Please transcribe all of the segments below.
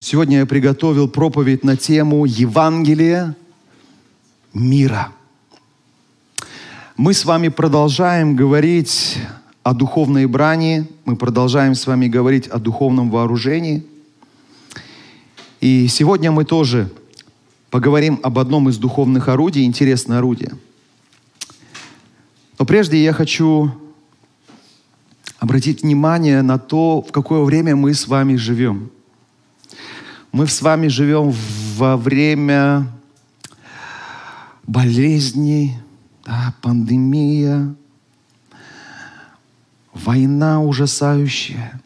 Сегодня я приготовил проповедь на тему Евангелия мира. Мы с вами продолжаем говорить о духовной брани, мы продолжаем с вами говорить о духовном вооружении. И сегодня мы тоже поговорим об одном из духовных орудий, интересное орудие. Но прежде я хочу обратить внимание на то, в какое время мы с вами живем. Мы с вами живем во время болезней, пандемия, война ужасающая,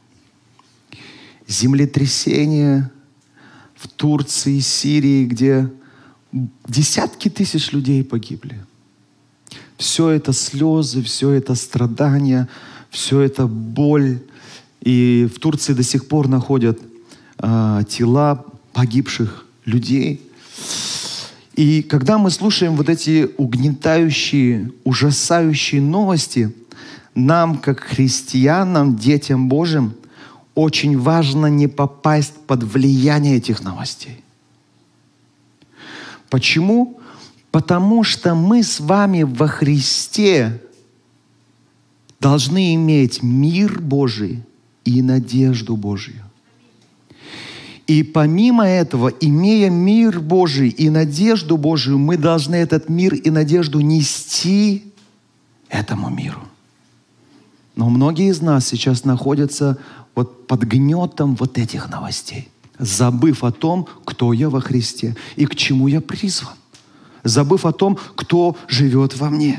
землетрясение в Турции, Сирии, где десятки тысяч людей погибли. Все это слезы, все это страдания, все это боль. И в Турции до сих пор находят тела погибших людей. И когда мы слушаем вот эти угнетающие, ужасающие новости, нам, как христианам, детям Божьим, очень важно не попасть под влияние этих новостей. Почему? Потому что мы с вами во Христе должны иметь мир Божий и надежду Божью. И помимо этого, имея мир Божий и надежду Божию, мы должны этот мир и надежду нести этому миру. Но многие из нас сейчас находятся вот под гнетом вот этих новостей, забыв о том, кто я во Христе и к чему я призван, забыв о том, кто живет во мне.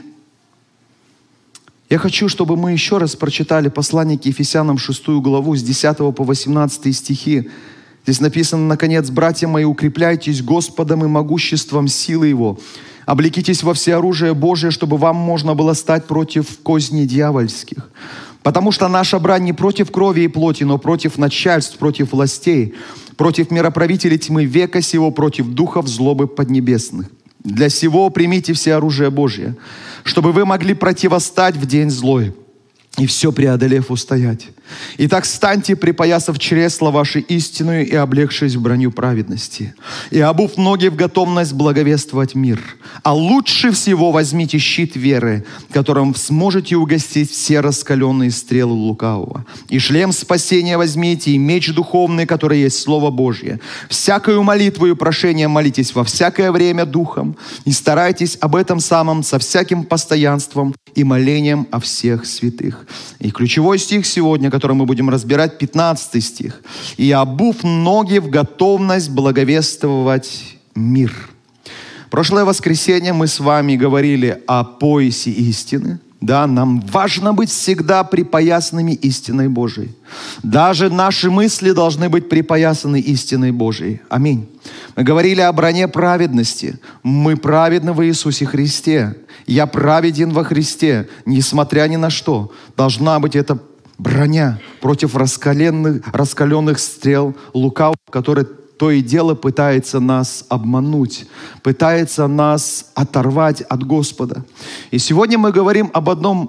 Я хочу, чтобы мы еще раз прочитали послание к Ефесянам 6 главу с 10 по 18 стихи. Здесь написано: «Наконец, братья мои, укрепляйтесь Господом и могуществом силы Его. Облекитесь во всеоружие Божие, чтобы вам можно было стать против козней дьявольских. Потому что наша брань не против крови и плоти, но против начальств, против властей, против мироправителей тьмы века сего, против духов злобы поднебесных. Для сего примите все оружие Божие, чтобы вы могли противостать в день злой, и все преодолев устоять. Итак, встаньте, припоясав чресла ваши истинную и облегшись в броню праведности, и обув ноги в готовность благовествовать мир. А лучше всего возьмите щит веры, которым сможете угостить все раскаленные стрелы лукавого. И шлем спасения возьмите, и меч духовный, который есть Слово Божье. Всякою молитвою и прошением молитесь во всякое время духом, и старайтесь об этом самом со всяким постоянством и молением о всех святых». И ключевой стих сегодня, который мы будем разбирать, 15 стих. «И обув ноги в готовность благовествовать мир». Прошлое воскресенье мы с вами говорили о поясе истины. Да, нам важно быть всегда припоясанными истиной Божией. Даже наши мысли должны быть припоясаны истиной Божией. Аминь. Мы говорили о броне праведности. Мы праведны во Иисусе Христе. Я праведен во Христе, несмотря ни на что. Должна быть эта броня против раскаленных стрел лукавого, который то и дело пытается нас обмануть, пытается нас оторвать от Господа. И сегодня мы говорим об одном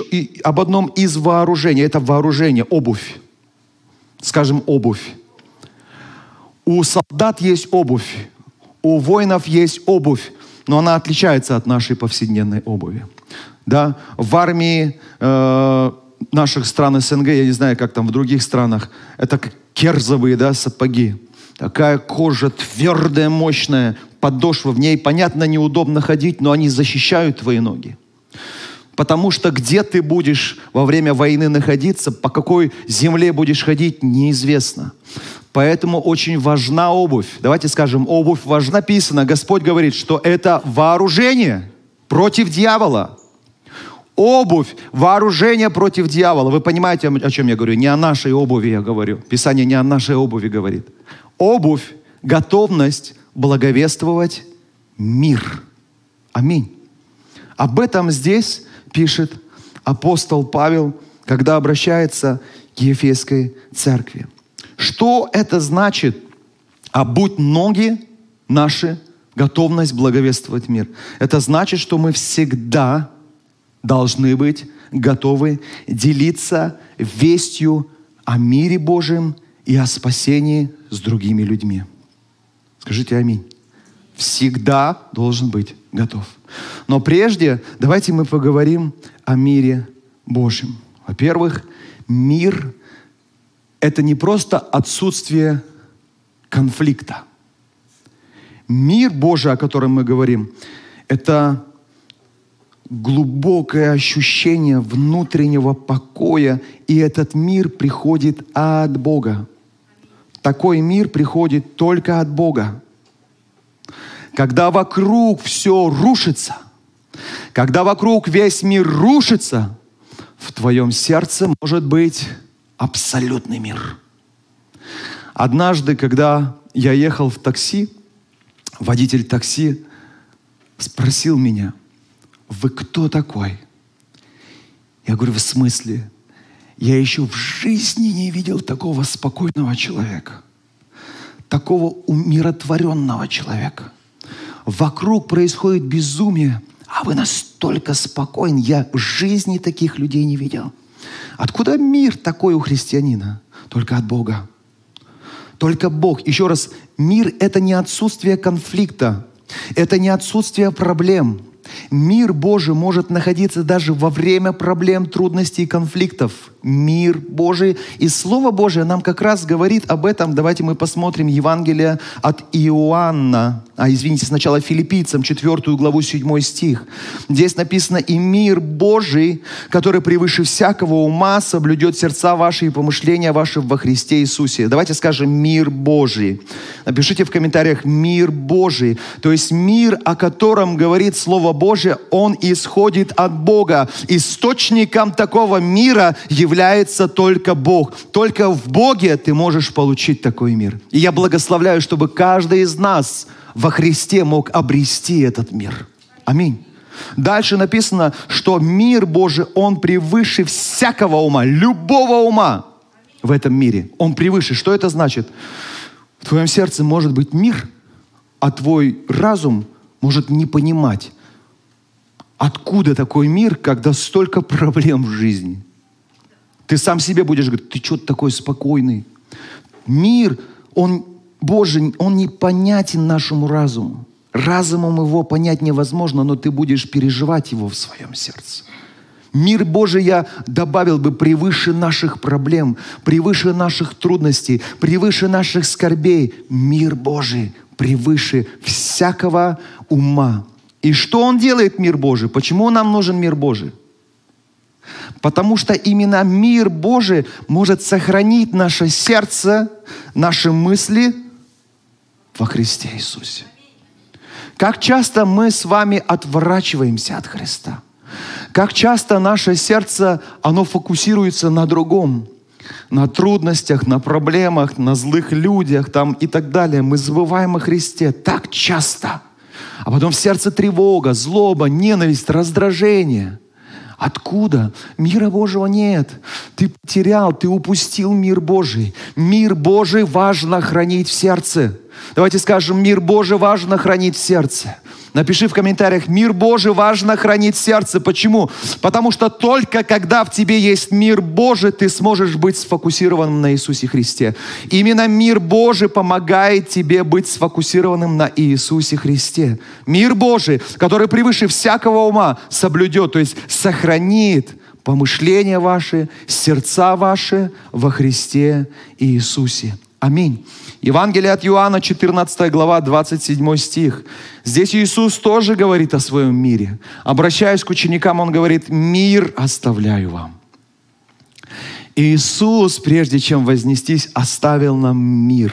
из вооружений. Это вооружение, обувь. Скажем, обувь. У солдат есть обувь, у воинов есть обувь, но она отличается от нашей повседневной обуви. Да? В армии наших стран СНГ, я не знаю, как там в других странах, это как керзовые, да, сапоги. Такая кожа твердая, мощная, подошва. В ней, понятно, неудобно ходить, но они защищают твои ноги. Потому что где ты будешь во время войны находиться, по какой земле будешь ходить, неизвестно. Поэтому очень важна обувь. Давайте скажем, обувь важна. Написано, Господь говорит, что это вооружение против дьявола. Обувь, вооружение против дьявола. Вы понимаете, о чем я говорю? Не о нашей обуви я говорю. Писание не о нашей обуви говорит. Обувь, готовность благовествовать мир. Аминь. Об этом здесь пишет апостол Павел, когда обращается к Ефесской церкви. Что это значит? Обуть ноги наши, готовность благовествовать мир. Это значит, что мы всегда должны быть готовы делиться вестью о мире Божьем и о спасении с другими людьми. Скажите аминь. Всегда должен быть готов. Но прежде давайте мы поговорим о мире Божьем. Во-первых, мир – это не просто отсутствие конфликта. Мир Божий, о котором мы говорим, это глубокое ощущение внутреннего покоя, и этот мир приходит от Бога. Такой мир приходит только от Бога. Когда вокруг все рушится, когда вокруг весь мир рушится, в твоем сердце может быть абсолютный мир. Однажды, когда я ехал в такси, водитель такси спросил меня: «Вы кто такой?» Я говорю: «В смысле? Я еще в жизни не видел такого спокойного человека, такого умиротворенного человека. Вокруг происходит безумие, а вы настолько спокойны. Я в жизни таких людей не видел». Откуда мир такой у христианина? Только от Бога. Только Бог. Еще раз, мир – это не отсутствие конфликта, это не отсутствие проблем. Мир Божий может находиться даже во время проблем, трудностей и конфликтов. Мир Божий. И Слово Божие нам как раз говорит об этом. Давайте мы посмотрим Евангелие от Иоанна. Сначала Филиппийцам, 4 главу, 7 стих. Здесь написано: «И мир Божий, который превыше всякого ума, соблюдет сердца ваши и помышления ваши во Христе Иисусе». Давайте скажем: мир Божий. Напишите в комментариях: мир Божий. То есть мир, о котором говорит Слово Божие, он исходит от Бога. Источником такого мира является только Бог. Только в Боге ты можешь получить такой мир. И я благословляю, чтобы каждый из нас во Христе мог обрести этот мир. Аминь. Дальше написано, что мир Божий, он превыше всякого ума, любого ума в этом мире. Он превыше. Что это значит? В твоем сердце может быть мир, а твой разум может не понимать, откуда такой мир, когда столько проблем в жизни. Ты сам себе будешь говорить: ты что такой спокойный? Мир, он Божий, он непонятен нашему разуму. Разумом его понять невозможно, но ты будешь переживать его в своем сердце. Мир Божий, я добавил бы, превыше наших проблем, превыше наших трудностей, превыше наших скорбей. Мир Божий превыше всякого ума. И что он делает, мир Божий? Почему нам нужен мир Божий? Потому что именно мир Божий может сохранить наше сердце, наши мысли во Христе Иисусе. Как часто мы с вами отворачиваемся от Христа? Как часто наше сердце, оно фокусируется на другом, на трудностях, на проблемах, на злых людях там, и так далее. Мы забываем о Христе так часто. А потом в сердце тревога, злоба, ненависть, раздражение. Откуда? Мира Божьего нет. Ты потерял, ты упустил мир Божий. Мир Божий важно хранить в сердце. Давайте скажем: мир Божий важно хранить в сердце. Напиши в комментариях: мир Божий важно хранить в сердце. Почему? Потому что только когда в тебе есть мир Божий, ты сможешь быть сфокусированным на Иисусе Христе. Именно мир Божий помогает тебе быть сфокусированным на Иисусе Христе. Мир Божий, который превыше всякого ума, соблюдет, то есть сохранит помышления ваши, сердца ваши во Христе Иисусе. Аминь. Евангелие от Иоанна, 14 глава, 27 стих. Здесь Иисус тоже говорит о своем мире. Обращаясь к ученикам, Он говорит: «Мир оставляю вам». Иисус, прежде чем вознестись, оставил нам мир.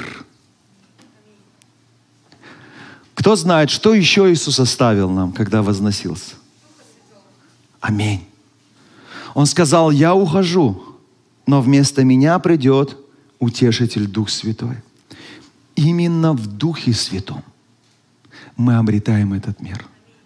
Кто знает, что еще Иисус оставил нам, когда возносился? Аминь. Он сказал: «Я ухожу, но вместо меня придет Утешитель, Дух Святой». Именно в Духе Святом мы обретаем этот мир.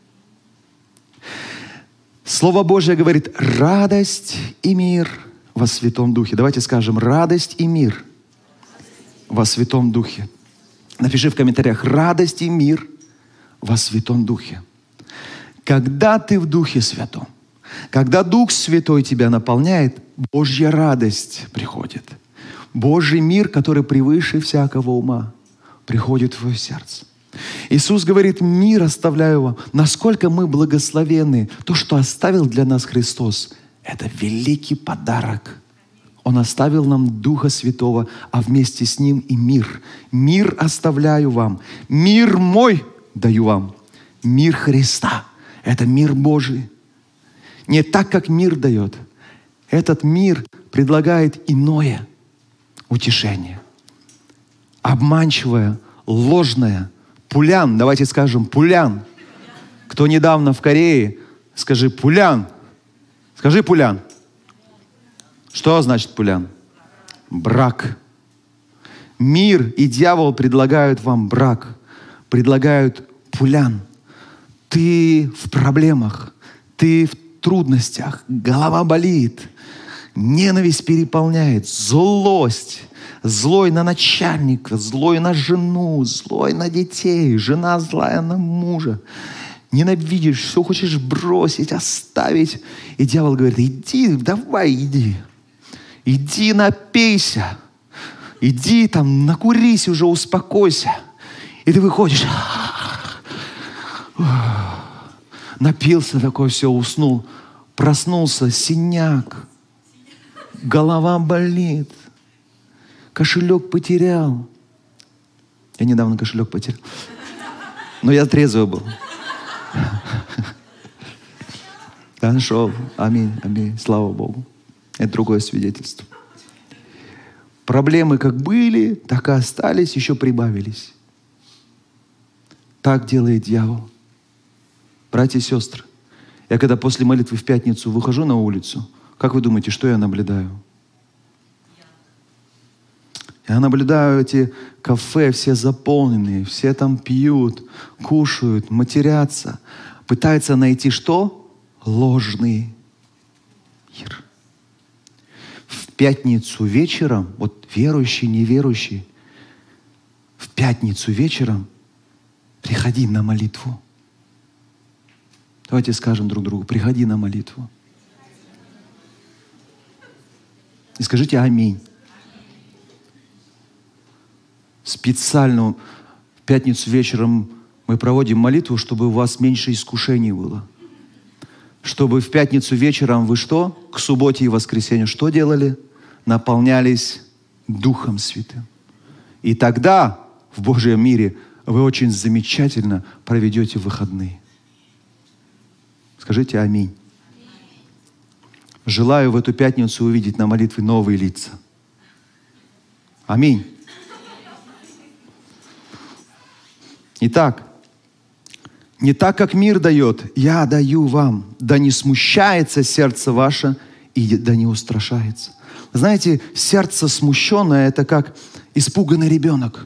Слово Божье говорит: радость и мир во Святом Духе. Давайте скажем: радость и мир во Святом Духе. Напиши в комментариях: радость и мир во Святом Духе. Когда ты в Духе Святом, когда Дух Святой тебя наполняет, Божья радость приходит. Божий мир, который превыше всякого ума, приходит в твое сердце. Иисус говорит: мир оставляю вам. Насколько мы благословенны. То, что оставил для нас Христос, это великий подарок. Он оставил нам Духа Святого, а вместе с Ним и мир. Мир оставляю вам. Мир мой даю вам. Мир Христа – это мир Божий. Не так, как мир дает. Этот мир предлагает иное утешение. Обманчивое, ложное. Пулян, давайте скажем, пулян. Кто недавно в Корее, скажи пулян. Скажи пулян. Что значит пулян? Брак. Мир и дьявол предлагают вам брак, предлагают пулян. Ты в проблемах, ты в трудностях, голова болит, ненависть переполняет, злость. Злой на начальника, злой на жену, злой на детей, жена злая на мужа. Ненавидишь, все хочешь бросить, оставить. И дьявол говорит: иди, давай, иди. Иди напейся. Иди там, накурись уже, успокойся. И ты выходишь. Напился такой, все, уснул. Проснулся, синяк. Голова болит. Кошелек потерял. Я недавно кошелек потерял. Но я трезвый был. Я нашел. Аминь, аминь. Слава Богу. Это другое свидетельство. Проблемы как были, так и остались, еще прибавились. Так делает дьявол. Братья и сестры, я когда после молитвы в пятницу выхожу на улицу, как вы думаете, что я наблюдаю? Я наблюдаю эти кафе, все заполненные, все там пьют, кушают, матерятся. Пытаются найти что? Ложный мир. В пятницу вечером, вот верующий, неверующий, в пятницу вечером приходи на молитву. Давайте скажем друг другу: приходи на молитву. И скажите аминь. Специально в пятницу вечером мы проводим молитву, чтобы у вас меньше искушений было. Чтобы в пятницу вечером вы что? К субботе и воскресенью что делали? Наполнялись Духом Святым. И тогда в Божьем мире вы очень замечательно проведете выходные. Скажите аминь. Желаю в эту пятницу увидеть на молитве новые лица. Аминь. Итак, не так, как мир дает, я даю вам. Да не смущается сердце ваше, и да не устрашается. Знаете, сердце смущенное – это как испуганный ребенок,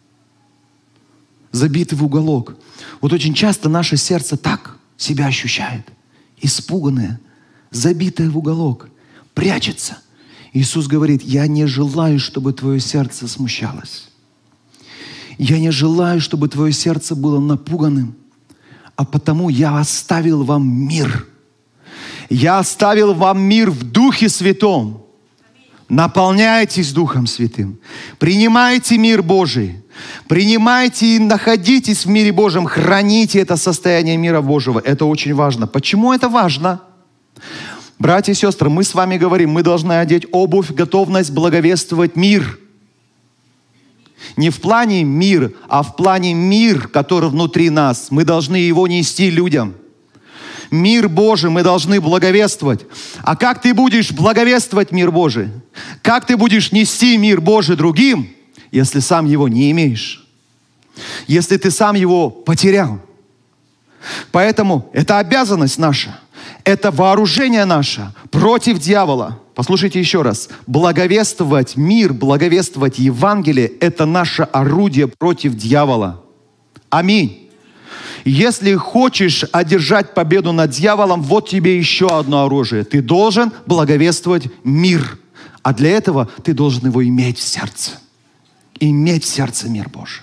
забитый в уголок. Вот очень часто наше сердце так себя ощущает. Испуганное, забитое в уголок, прячется. Иисус говорит: я не желаю, чтобы твое сердце смущалось. Я не желаю, чтобы твое сердце было напуганным, а потому я оставил вам мир. Я оставил вам мир в Духе Святом. Наполняйтесь Духом Святым. Принимайте мир Божий. Принимайте и находитесь в мире Божьем. Храните это состояние мира Божьего. Это очень важно. Почему это важно? Братья и сестры, мы с вами говорим, мы должны одеть обувь, готовность благовествовать мир. Не в плане мир, а в плане мир, который внутри нас. Мы должны его нести людям. Мир Божий мы должны благовествовать. А как ты будешь благовествовать мир Божий? Как ты будешь нести мир Божий другим, если сам его не имеешь? Если ты сам его потерял? Поэтому это обязанность наша. Это вооружение наше против дьявола. Послушайте еще раз. Благовествовать мир, благовествовать Евангелие – это наше орудие против дьявола. Аминь. Если хочешь одержать победу над дьяволом, вот тебе еще одно оружие. Ты должен благовествовать мир. А для этого ты должен его иметь в сердце. Иметь в сердце мир Божий.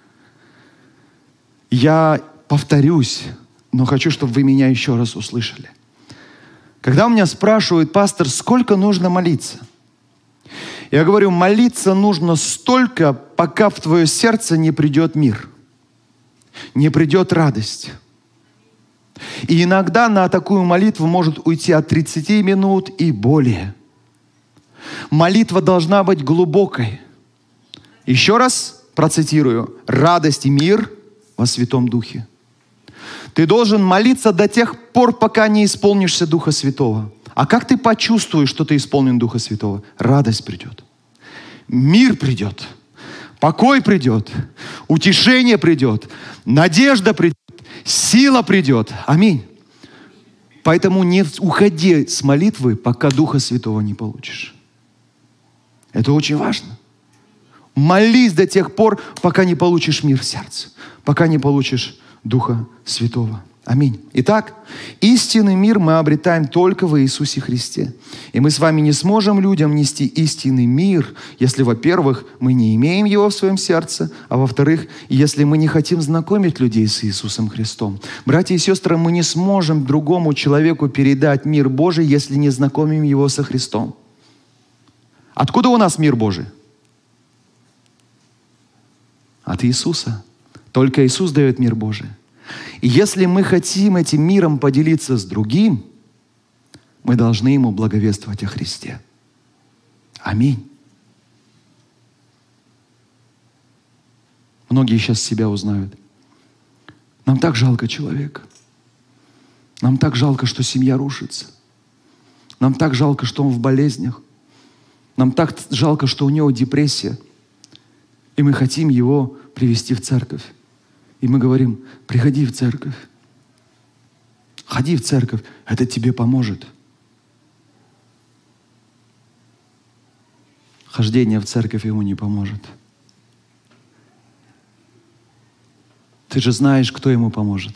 Я повторюсь, но хочу, чтобы вы меня еще раз услышали. Когда у меня спрашивают: пастор, сколько нужно молиться? Я говорю, молиться нужно столько, пока в твое сердце не придет мир, не придет радость. И иногда на такую молитву может уйти от 30 минут и более. Молитва должна быть глубокой. Еще раз процитирую. Радость и мир во Святом Духе. Ты должен молиться до тех пор, пока не исполнишься Духа Святого. А как ты почувствуешь, что ты исполнен Духа Святого? Радость придет. Мир придет. Покой придет. Утешение придет. Надежда придет. Сила придет. Аминь. Поэтому не уходи с молитвы, пока Духа Святого не получишь. Это очень важно. Молись до тех пор, пока не получишь мир в сердце, пока не получишь Духа Святого. Аминь. Итак, истинный мир мы обретаем только в Иисусе Христе. И мы с вами не сможем людям нести истинный мир, если, во-первых, мы не имеем его в своем сердце, а во-вторых, если мы не хотим знакомить людей с Иисусом Христом. Братья и сестры, мы не сможем другому человеку передать мир Божий, если не знакомим его со Христом. Откуда у нас мир Божий? От Иисуса. Только Иисус дает мир Божий. И если мы хотим этим миром поделиться с другим, мы должны ему благовествовать о Христе. Аминь. Многие сейчас себя узнают. Нам так жалко человека. Нам так жалко, что семья рушится. Нам так жалко, что он в болезнях. Нам так жалко, что у него депрессия. И мы хотим его привести в церковь. И мы говорим, приходи в церковь. Ходи в церковь, это тебе поможет. Хождение в церковь ему не поможет. Ты же знаешь, кто ему поможет.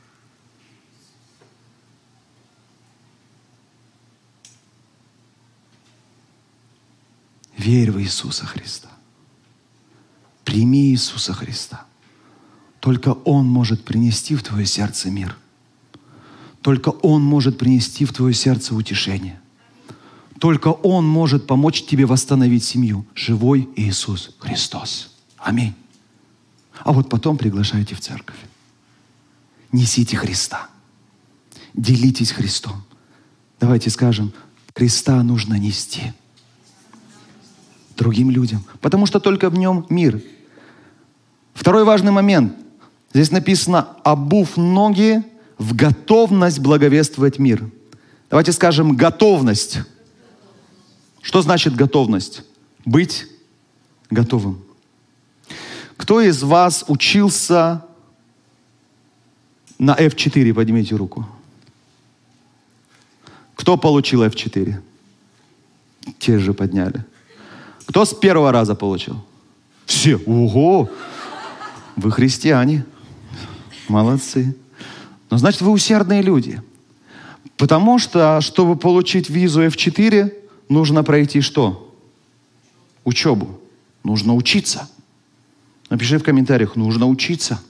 Верь в Иисуса Христа. Прими Иисуса Христа. Только Он может принести в твое сердце мир. Только Он может принести в твое сердце утешение. Только Он может помочь тебе восстановить семью. Живой Иисус Христос. Аминь. А вот потом приглашайте в церковь. Несите Христа. Делитесь Христом. Давайте скажем, Христа нужно нести другим людям, потому что только в Нем мир. Второй важный момент. Здесь написано, обув ноги в готовность благовествовать мир. Давайте скажем, готовность. Что значит готовность? Быть готовым. Кто из вас учился на F4? Поднимите руку. Кто получил F4? Те же подняли. Кто с первого раза получил? Все. Ого! Вы христиане. Молодцы. Но значит, вы усердные люди. Потому что, чтобы получить визу F4, нужно пройти что? Учебу. Нужно учиться. Напиши в комментариях, нужно учиться.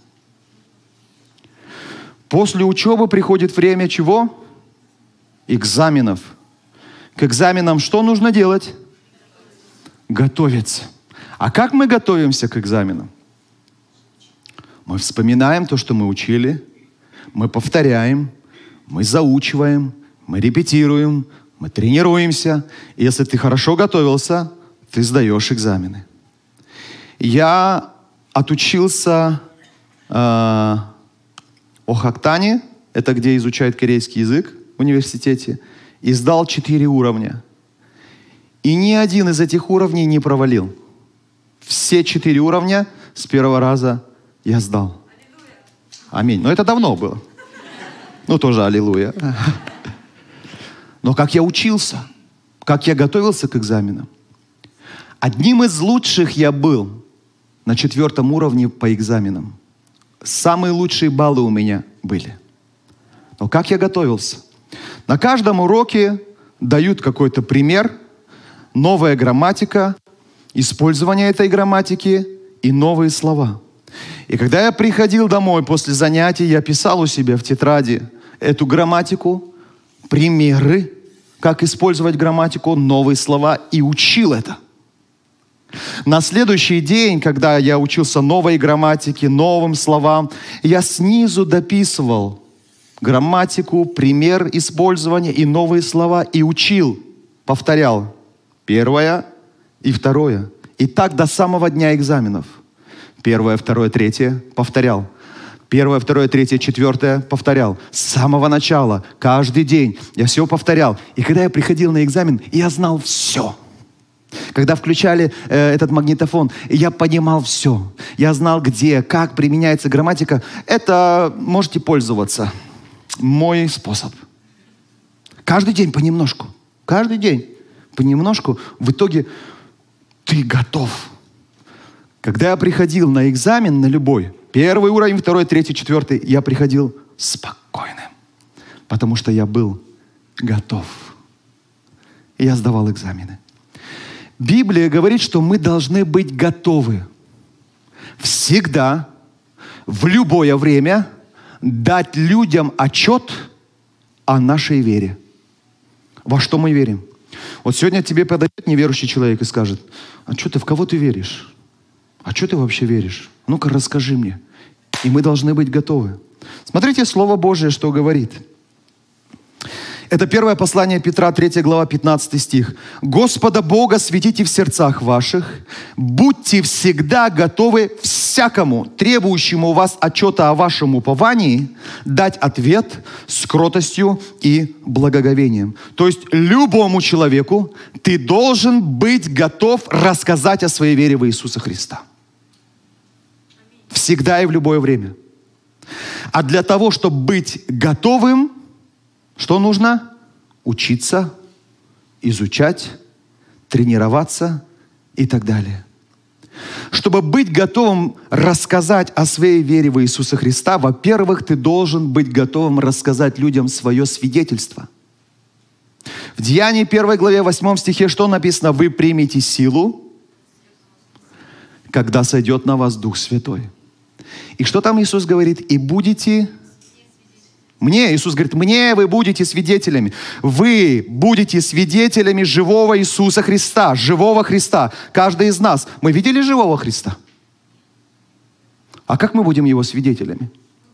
После учебы приходит время чего? Экзаменов. К экзаменам что нужно делать? Готовиться. А как мы готовимся к экзаменам? Мы вспоминаем то, что мы учили, мы повторяем, мы заучиваем, мы репетируем, мы тренируемся. И если ты хорошо готовился, ты сдаешь экзамены. Я отучился Охактане, это где изучают корейский язык в университете, и сдал 4 уровня. И ни один из этих уровней не провалил. Все 4 уровня с первого раза я сдал. Аминь. Но это давно было. Ну, тоже аллилуйя. Но как я учился, как я готовился к экзаменам. Одним из лучших я был на 4 уровне по экзаменам. Самые лучшие баллы у меня были. Но как я готовился? На каждом уроке дают какой-то пример, новая грамматика, использование этой грамматики и новые слова. И когда я приходил домой после занятий, я писал у себя в тетради эту грамматику, примеры, как использовать грамматику, новые слова, и учил это. На следующий день, когда я учился новой грамматике, новым словам, я снизу дописывал грамматику, пример использования и новые слова, и учил, повторял первое и второе. И так до самого дня экзаменов. Первое, второе, третье повторял. Первое, второе, третье, четвертое повторял. С самого начала, каждый день я все повторял. И когда я приходил на экзамен, я знал все. Когда включали этот магнитофон, я понимал все. Я знал, где, как применяется грамматика. Это можете пользоваться. Мой способ. Каждый день понемножку. Каждый день понемножку. В итоге ты готов. Когда я приходил на экзамен, на любой, первый уровень, второй, третий, четвертый, я приходил спокойным. Потому что я был готов. И я сдавал экзамены. Библия говорит, что мы должны быть готовы всегда, в любое время, дать людям отчет о нашей вере. Во что мы верим? Вот сегодня тебе подойдет неверующий человек и скажет: а что ты, в кого ты веришь? А что ты вообще веришь? Ну-ка расскажи мне. И мы должны быть готовы. Смотрите, Слово Божие, что говорит. Это первое послание Петра, 3 глава, 15 стих. «Господа Бога светите в сердцах ваших, будьте всегда готовы всякому, требующему у вас отчета о вашем уповании, дать ответ с кротостью и благоговением». То есть любому человеку ты должен быть готов рассказать о своей вере в Иисуса Христа. Всегда и в любое время. А для того, чтобы быть готовым, что нужно? Учиться, изучать, тренироваться и так далее. Чтобы быть готовым рассказать о своей вере в Иисуса Христа, во-первых, ты должен быть готовым рассказать людям свое свидетельство. В Деянии 1 главе 8 стихе что написано? «Вы примете силу, когда сойдет на вас Дух Святой». И что там Иисус говорит? «И будете...» Мне, Иисус говорит, мне вы будете свидетелями. Вы будете свидетелями живого Иисуса Христа, живого Христа. Каждый из нас. Мы видели живого Христа? А как мы будем Его свидетелями?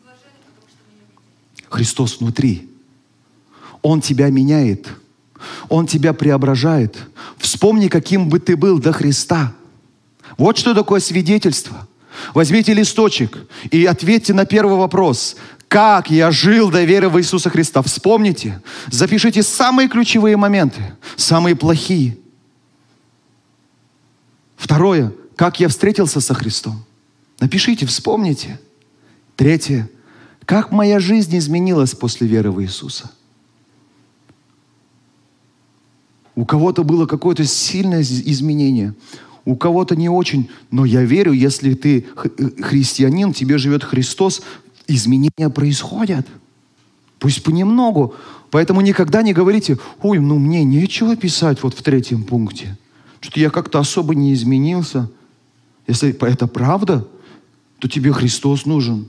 Христос внутри. Он тебя меняет. Он тебя преображает. Вспомни, каким бы ты был до Христа. Вот что такое свидетельство. Возьмите листочек и ответьте на первый вопрос. Как я жил до веры в Иисуса Христа? Вспомните. Запишите самые ключевые моменты, самые плохие. Второе. Как я встретился со Христом? Напишите, вспомните. Третье. Как моя жизнь изменилась после веры в Иисуса? У кого-то было какое-то сильное изменение, у кого-то не очень. Но я верю, если ты христианин, тебе живет Христос, изменения происходят. Пусть понемногу. Поэтому никогда не говорите: ой, ну мне нечего писать вот в 3 пункте. Что-то я как-то особо не изменился. Если это правда, то тебе Христос нужен.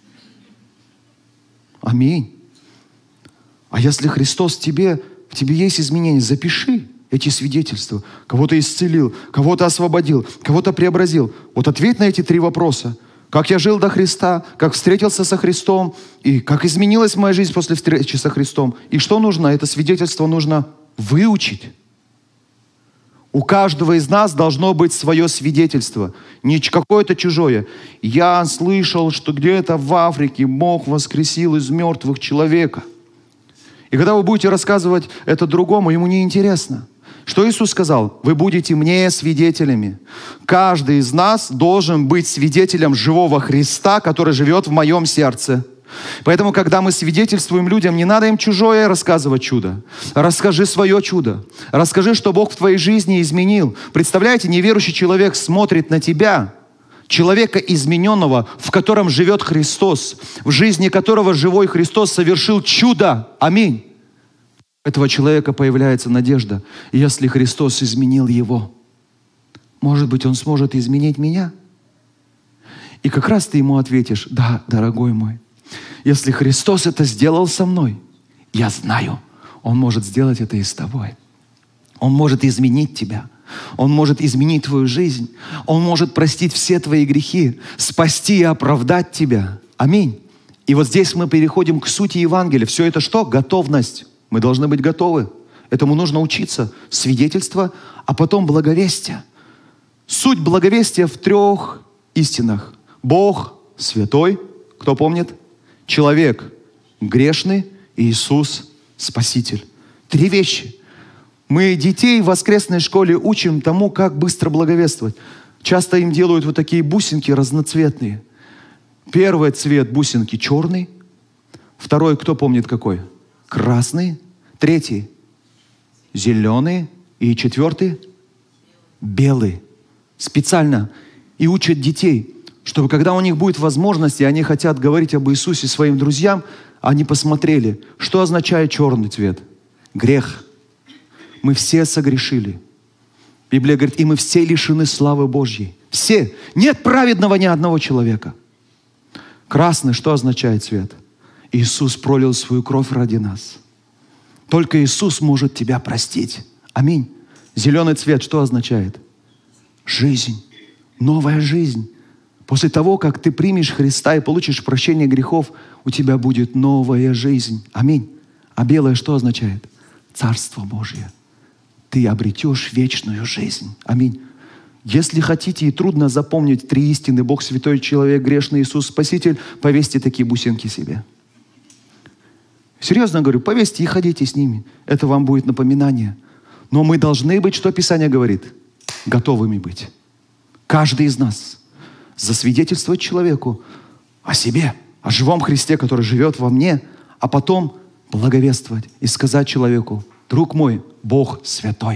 Аминь. А если Христос в тебе есть изменения, запиши эти свидетельства. Кого-то исцелил, кого-то освободил, кого-то преобразил. Вот ответь на эти 3 вопроса. Как я жил до Христа, как встретился со Христом, и как изменилась моя жизнь после встречи со Христом. И что нужно? Это свидетельство нужно выучить. У каждого из нас должно быть свое свидетельство, не какое-то чужое. Я слышал, что где-то в Африке Бог воскресил из мертвых человека. И когда вы будете рассказывать это другому, ему неинтересно. Что Иисус сказал? Вы будете мне свидетелями. Каждый из нас должен быть свидетелем живого Христа, который живет в моем сердце. Поэтому, когда мы свидетельствуем людям, не надо им чужое рассказывать чудо. Расскажи свое чудо. Расскажи, что Бог в твоей жизни изменил. Представляете, неверующий человек смотрит на тебя, человека измененного, в котором живет Христос, в жизни которого живой Христос совершил чудо. Аминь. У этого человека появляется надежда. Если Христос изменил его, может быть, Он сможет изменить меня? И как раз ты ему ответишь: да, дорогой мой, если Христос это сделал со мной, я знаю, Он может сделать это и с тобой. Он может изменить тебя. Он может изменить твою жизнь. Он может простить все твои грехи, спасти и оправдать тебя. Аминь. И вот здесь мы переходим к сути Евангелия. Все это что? Готовность. Мы должны быть готовы. Этому нужно учиться. Свидетельство, а потом благовестие. Суть благовестия в 3 истинах. Бог святой, кто помнит? Человек грешный, и Иисус Спаситель. 3 вещи. Мы детей в воскресной школе учим тому, как быстро благовествовать. Часто им делают вот такие бусинки разноцветные. Первый цвет бусинки черный. Второй, кто помнит какой? Красный. Третий зеленый. И 4 белый. Специально. И учат детей, чтобы когда у них будет возможность, и они хотят говорить об Иисусе своим друзьям, они посмотрели, что означает черный цвет. Грех. Мы все согрешили. Библия говорит, и мы все лишены славы Божьей. Все. Нет праведного ни одного человека. Красный, что означает цвет? Иисус пролил свою кровь ради нас. Только Иисус может тебя простить. Аминь. Зеленый цвет, что означает? Жизнь. Новая жизнь. После того, как ты примешь Христа и получишь прощение грехов, у тебя будет новая жизнь. Аминь. А белое что означает? Царство Божье. Ты обретешь вечную жизнь. Аминь. Если хотите и трудно запомнить 3 истины, Бог святой, человек грешный, Иисус Спаситель, повесьте такие бусинки себе. Серьезно говорю, повесьте и ходите с ними. Это вам будет напоминание. Но мы должны быть, что Писание говорит? Готовыми быть. Каждый из нас. Засвидетельствовать человеку о себе, о живом Христе, который живет во мне, а потом благовествовать и сказать человеку: друг мой, Бог святой.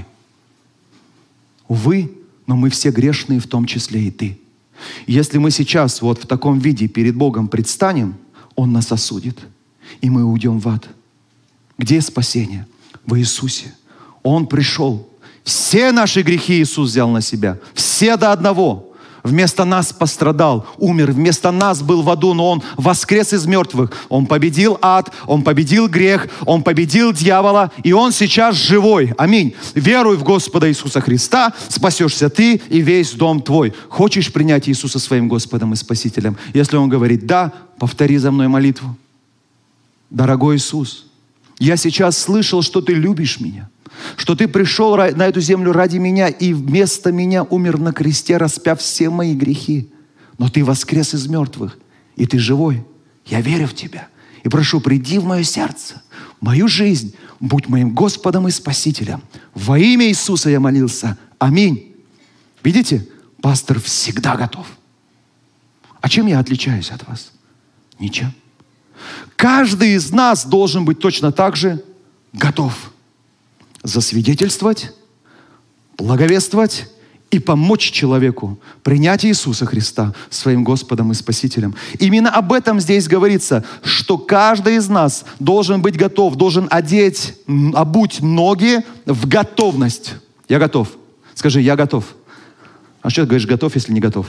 Увы, но мы все грешные, в том числе и ты. И если мы сейчас вот в таком виде перед Богом предстанем, Он нас осудит, и мы уйдем в ад. Где спасение? В Иисусе. Он пришел. Все наши грехи Иисус взял на себя. Все до одного. Вместо нас пострадал, умер. Вместо нас был в аду, но Он воскрес из мертвых. Он победил ад, Он победил грех, Он победил дьявола, и Он сейчас живой. Аминь. Веруй в Господа Иисуса Христа, спасешься ты и весь дом твой. Хочешь принять Иисуса своим Господом и Спасителем? Если Он говорит «да», повтори за мной молитву. Дорогой Иисус, я сейчас слышал, что Ты любишь меня, что Ты пришел на эту землю ради меня и вместо меня умер на кресте, распяв все мои грехи. Но Ты воскрес из мертвых, и Ты живой. Я верю в Тебя и прошу, приди в мое сердце, в мою жизнь, будь моим Господом и Спасителем. Во имя Иисуса я молился. Аминь. Видите, пастор всегда готов. А чем я отличаюсь от вас? Ничем. Каждый из нас должен быть точно так же готов засвидетельствовать, благовествовать и помочь человеку принять Иисуса Христа своим Господом и Спасителем. Именно об этом здесь говорится, что каждый из нас должен быть готов, должен обуть ноги в готовность. Я готов. Скажи, я готов. А что ты говоришь, готов, если не готов?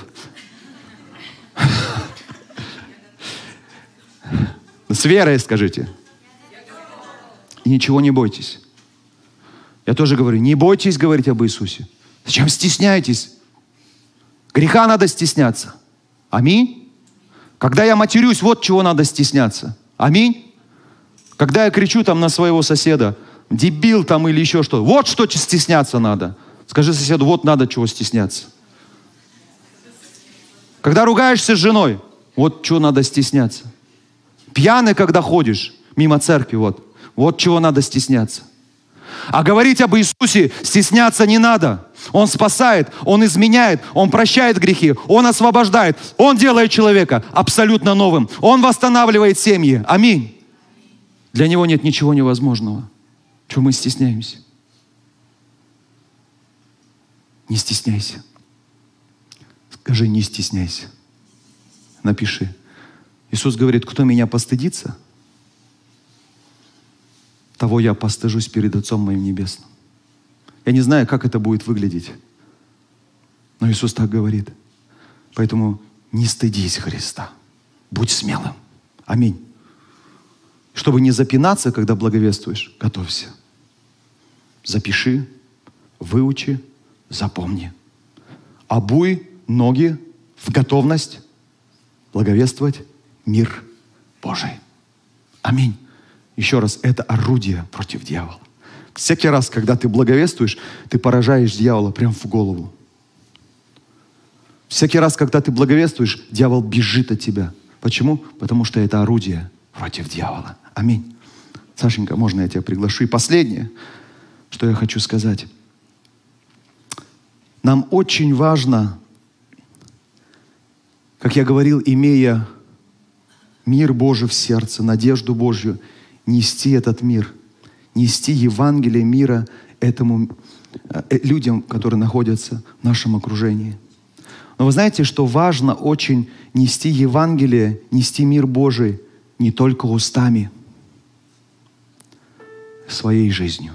С верой скажите. И ничего не бойтесь. Я тоже говорю, не бойтесь говорить об Иисусе. Зачем стесняетесь? Греха надо стесняться. Аминь. Когда я матерюсь, вот чего надо стесняться. Аминь. Когда я кричу там на своего соседа, дебил там или еще что, вот что стесняться надо. Скажи соседу, вот надо чего стесняться. Когда ругаешься с женой, вот чего надо стесняться. Пьяный, когда ходишь мимо церкви, вот чего надо стесняться. А говорить об Иисусе стесняться не надо. Он спасает, Он изменяет, Он прощает грехи, Он освобождает, Он делает человека абсолютно новым. Он восстанавливает семьи. Аминь. Для Него нет ничего невозможного. Чего мы стесняемся? Не стесняйся. Скажи, не стесняйся. Напиши. Иисус говорит, кто меня постыдится, того я постыжусь перед Отцом моим Небесным. Я не знаю, как это будет выглядеть, но Иисус так говорит. Поэтому не стыдись Христа. Будь смелым. Аминь. Чтобы не запинаться, когда благовествуешь, готовься. Запиши, выучи, запомни. Обуй ноги в готовность благовествовать мир Божий. Аминь. Еще раз, это орудие против дьявола. Всякий раз, когда ты благовествуешь, ты поражаешь дьявола прямо в голову. Всякий раз, когда ты благовествуешь, дьявол бежит от тебя. Почему? Потому что это орудие против дьявола. Аминь. Сашенька, можно я тебя приглашу? И последнее, что я хочу сказать. Нам очень важно, как я говорил, имея мир Божий в сердце, надежду Божью, нести этот мир, нести Евангелие мира этому людям, которые находятся в нашем окружении. Но вы знаете, что важно очень нести Евангелие, нести мир Божий не только устами, своей жизнью.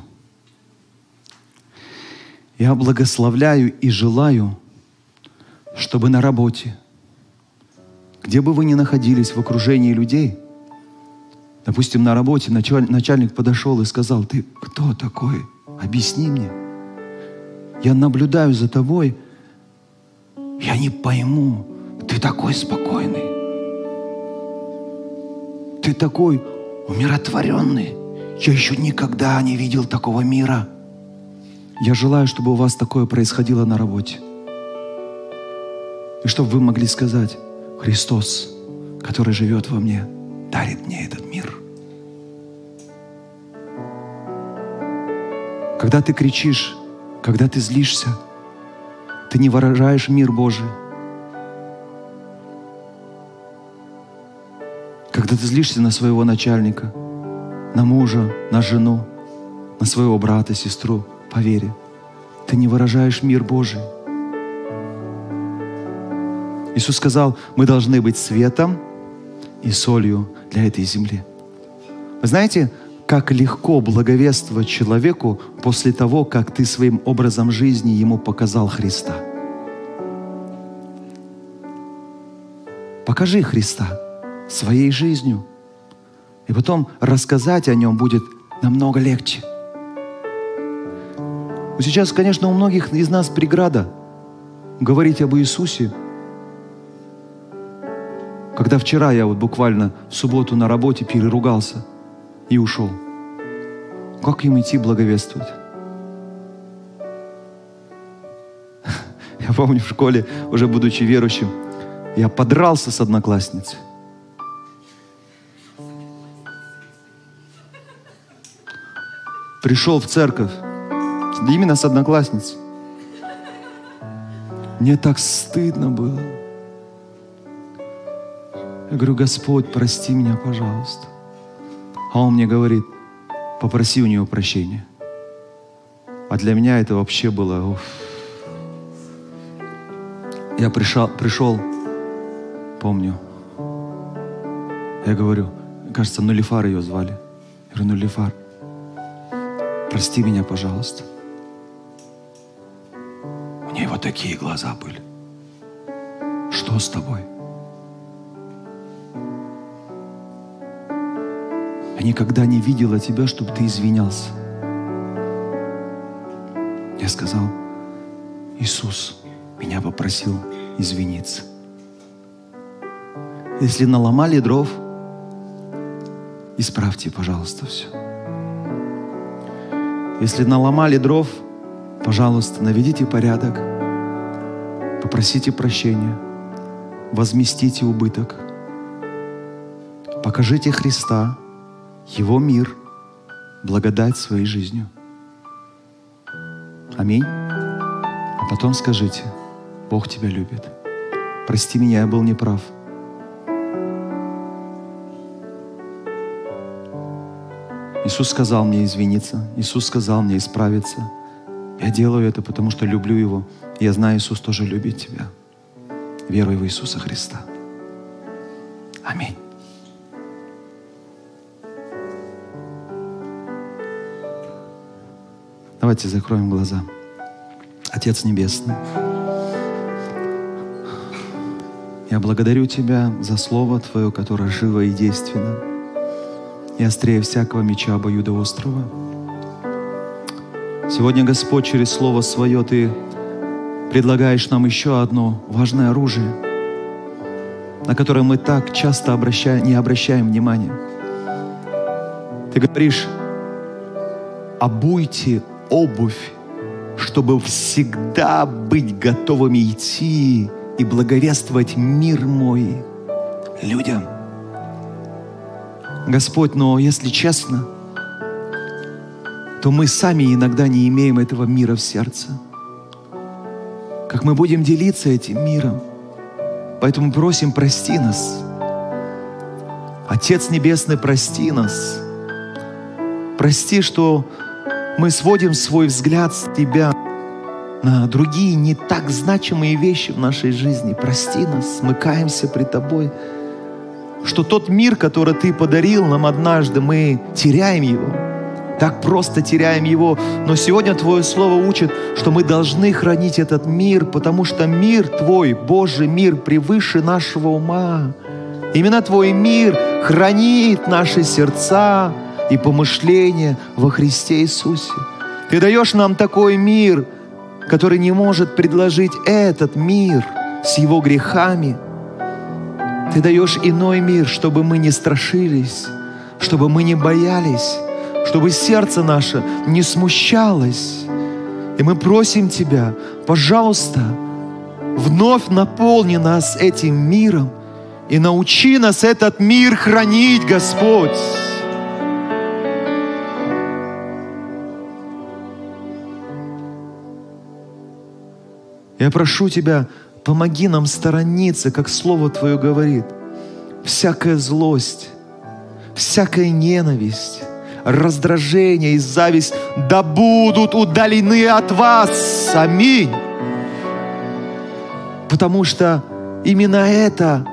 Я благословляю и желаю, чтобы на работе, где бы вы ни находились в окружении людей, допустим, на работе начальник подошел и сказал: «Ты кто такой? Объясни мне. Я наблюдаю за тобой, я не пойму. Ты такой спокойный. Ты такой умиротворенный. Я еще никогда не видел такого мира». Я желаю, чтобы у вас такое происходило на работе. И чтобы вы могли сказать: Христос, который живет во мне, дарит мне этот мир. Когда ты кричишь, когда ты злишься, ты не выражаешь мир Божий. Когда ты злишься на своего начальника, на мужа, на жену, на своего брата, сестру, по вере, ты не выражаешь мир Божий. Иисус сказал, мы должны быть светом и солью для этой земли. Вы знаете, как легко благовествовать человеку после того, как ты своим образом жизни ему показал Христа. Покажи Христа своей жизнью. И потом рассказать о Нем будет намного легче. Сейчас, конечно, у многих из нас преграда говорить об Иисусе. Когда вчера я вот буквально в субботу на работе переругался и ушел. Как им идти благовествовать? Я помню, в школе, уже будучи верующим, я подрался с одноклассницей. Пришел в церковь, именно с одноклассницей. Мне так стыдно было. Я говорю: Господь, прости меня, пожалуйста. А Он мне говорит: попроси у нее прощения. А для меня это вообще было... Я пришел, помню. Я говорю, кажется, Нулифар ее звали. Я говорю: Нулифар, прости меня, пожалуйста. У нее вот такие глаза были. Что с тобой? Я никогда не видела тебя, чтобы ты извинялся. Я сказал: Иисус меня попросил извиниться. Если наломали дров, исправьте, пожалуйста, все. Если наломали дров, пожалуйста, наведите порядок, попросите прощения, возместите убыток, покажите Христа, Его мир, благодать своей жизнью. Аминь. А потом скажите: Бог тебя любит. Прости меня, я был неправ. Иисус сказал мне извиниться. Иисус сказал мне исправиться. Я делаю это, потому что люблю Его. И я знаю, Иисус тоже любит тебя. Веруй в Иисуса Христа. Аминь. Давайте закроем глаза. Отец Небесный, я благодарю Тебя за Слово Твое, которое живо и действенно, и острее всякого меча обоюдоострого. Сегодня, Господь, через Слово Свое Ты предлагаешь нам еще одно важное оружие, на которое мы так часто не обращаем внимания. Ты говоришь: обуйте обувь, чтобы всегда быть готовыми идти и благовествовать мир мой людям. Господь, но если честно, то мы сами иногда не имеем этого мира в сердце. Как мы будем делиться этим миром? Поэтому просим, прости нас. Отец Небесный, прости нас. Прости, что мы сводим свой взгляд с Тебя на другие не так значимые вещи в нашей жизни. Прости нас, мы каемся пред Тобой, что тот мир, который Ты подарил нам однажды, мы теряем его. Так просто теряем его. Но сегодня Твое Слово учит, что мы должны хранить этот мир, потому что мир Твой, Божий мир, превыше нашего ума. Именно Твой мир хранит наши сердца и помышления во Христе Иисусе. Ты даешь нам такой мир, который не может предложить этот мир с его грехами. Ты даешь иной мир, чтобы мы не страшились, чтобы мы не боялись, чтобы сердце наше не смущалось. И мы просим Тебя, пожалуйста, вновь наполни нас этим миром и научи нас этот мир хранить, Господь. Я прошу Тебя, помоги нам сторониться, как Слово Твое говорит, всякая злость, всякая ненависть, раздражение и зависть да будут удалены от вас. Аминь. Потому что именно это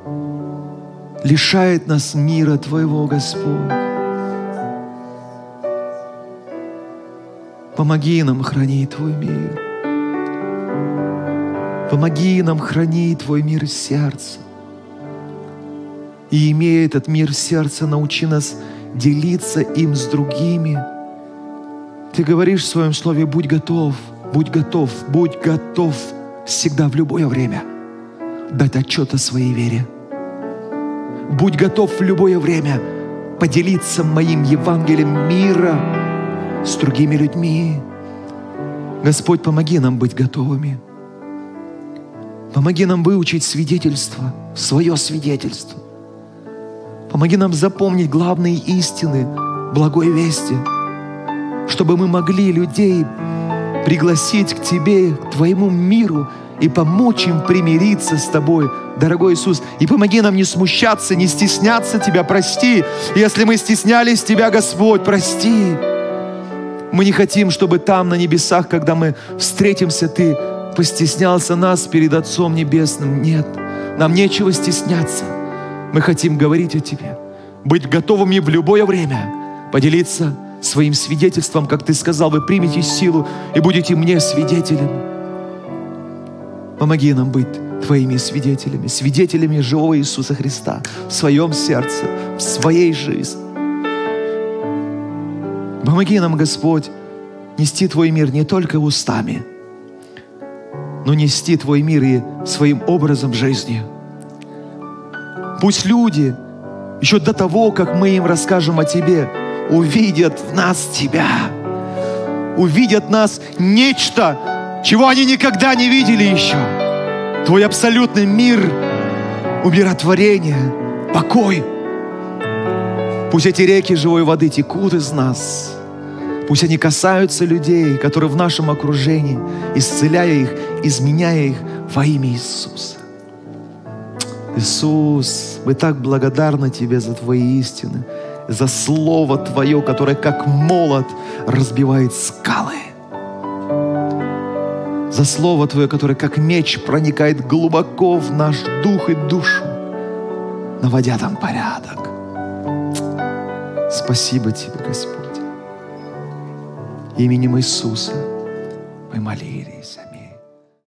лишает нас мира Твоего, Господь. Помоги нам хранить Твой мир. Помоги нам хранить Твой мир в сердце. И, имея этот мир в сердце, научи нас делиться им с другими. Ты говоришь в Своем Слове: будь готов, будь готов, будь готов всегда, в любое время дать отчет о своей вере. Будь готов в любое время поделиться моим Евангелием мира с другими людьми. Господь, помоги нам быть готовыми. Помоги нам выучить свидетельство, свое свидетельство. Помоги нам запомнить главные истины благой вести, чтобы мы могли людей пригласить к Тебе, к Твоему миру и помочь им примириться с Тобой, дорогой Иисус. И помоги нам не смущаться, не стесняться Тебя, прости. Если мы стеснялись Тебя, Господь, прости. Мы не хотим, чтобы там, на небесах, когда мы встретимся, Ты постеснялся нас перед Отцом Небесным. Нет, нам нечего стесняться. Мы хотим говорить о Тебе, быть готовыми в любое время, поделиться своим свидетельством, как Ты сказал: вы примете силу и будете мне свидетелями. Помоги нам быть Твоими свидетелями, свидетелями живого Иисуса Христа в своем сердце, в своей жизни. Помоги нам, Господь, нести Твой мир не только устами, но нести Твой мир и своим образом жизни. Пусть люди, еще до того, как мы им расскажем о Тебе, увидят в нас Тебя, увидят в нас нечто, чего они никогда не видели еще. Твой абсолютный мир, умиротворение, покой. Пусть эти реки живой воды текут из нас. Пусть они касаются людей, которые в нашем окружении, исцеляя их, изменяя их во имя Иисуса. Иисус, мы так благодарны Тебе за Твои истины, за Слово Твое, которое как молот разбивает скалы. За Слово Твое, которое как меч проникает глубоко в наш дух и душу, наводя там порядок. Спасибо Тебе, Господь. Именем Иисуса мы молились.